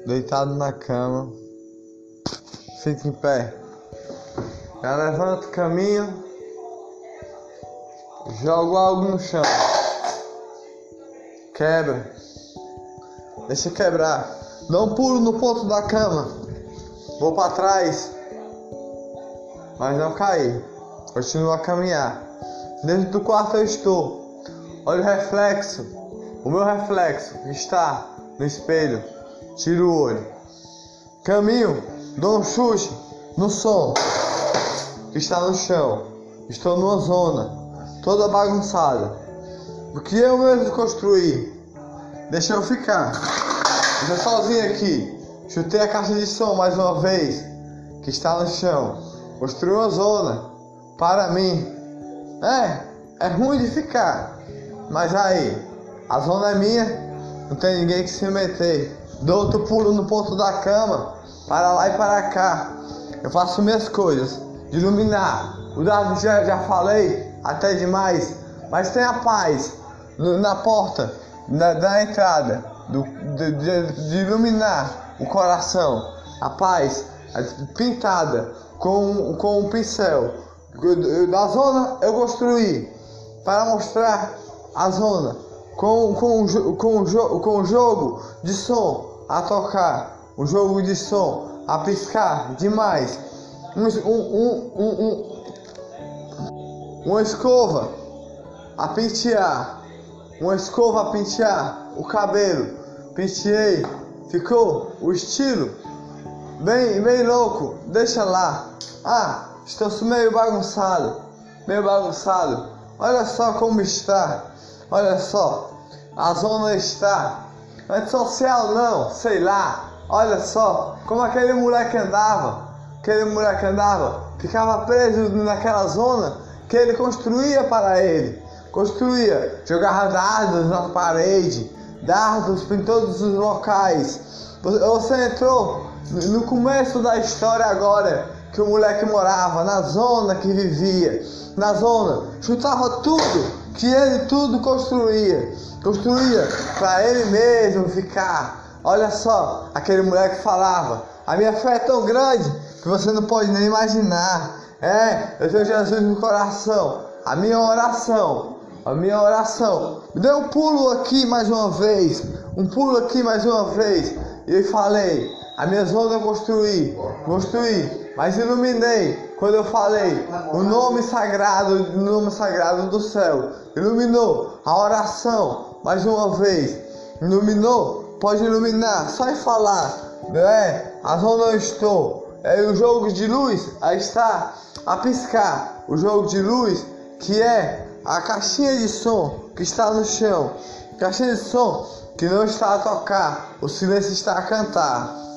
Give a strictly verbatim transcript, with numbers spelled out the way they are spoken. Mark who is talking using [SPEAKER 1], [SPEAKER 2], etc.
[SPEAKER 1] deitado na cama, fica em pé, já levanta o caminho, joga algo no chão, quebra, deixa quebrar, dá um pulo no ponto da cama, vou para trás, mas não caí, continuo a caminhar, dentro do quarto eu estou, olha o reflexo, o meu reflexo está no espelho, tiro o olho, caminho, dou um chute no som que está no chão, estou numa zona toda bagunçada, porque eu mesmo construí, deixa eu ficar, estou sozinho aqui, chutei a caixa de som mais uma vez, que está no chão, construí uma zona para mim, é, é ruim de ficar, mas aí, a zona é minha, não tem ninguém que se meter, dou outro pulo no ponto da cama, para lá e para cá, eu faço minhas coisas, de iluminar, o dado já, já falei, até demais, mas tem a paz no, na porta, na, da entrada, do, de, de, de iluminar o coração, a paz pintada com, com um pincel, da zona eu construí, para mostrar a zona, com, com, com, com, com o jogo de som a tocar, o jogo de som a piscar demais, um, um, um, um, uma escova a pentear, uma escova a pentear o cabelo, penteei, ficou o estilo bem, bem louco, deixa lá, ah, estou meio bagunçado, meio bagunçado, olha só como está, olha só, a zona está, antissocial não, sei lá, olha só, como aquele moleque andava, aquele moleque andava, ficava preso naquela zona que ele construía para ele, construía, jogava dardos na parede, dardos em todos os locais, você entrou no começo da história agora, que o moleque morava na zona que vivia, na zona, chutava tudo, que ele tudo construía, construía para ele mesmo ficar, olha só, aquele moleque falava, a minha fé é tão grande, que você não pode nem imaginar, é, eu tenho Jesus no coração, a minha oração, a minha oração, me deu um pulo aqui mais uma vez, um pulo aqui mais uma vez, e eu falei, a minha zona eu construí, construí, mas iluminei, quando eu falei, o nome sagrado, o nome sagrado do céu, iluminou a oração, mais uma vez, iluminou, pode iluminar, só em falar, é, a zona eu estou, é o jogo de luz, aí está, a piscar, o jogo de luz, que é a caixinha de som, que está no chão, caixinha de som, que não está a tocar, o silêncio está a cantar.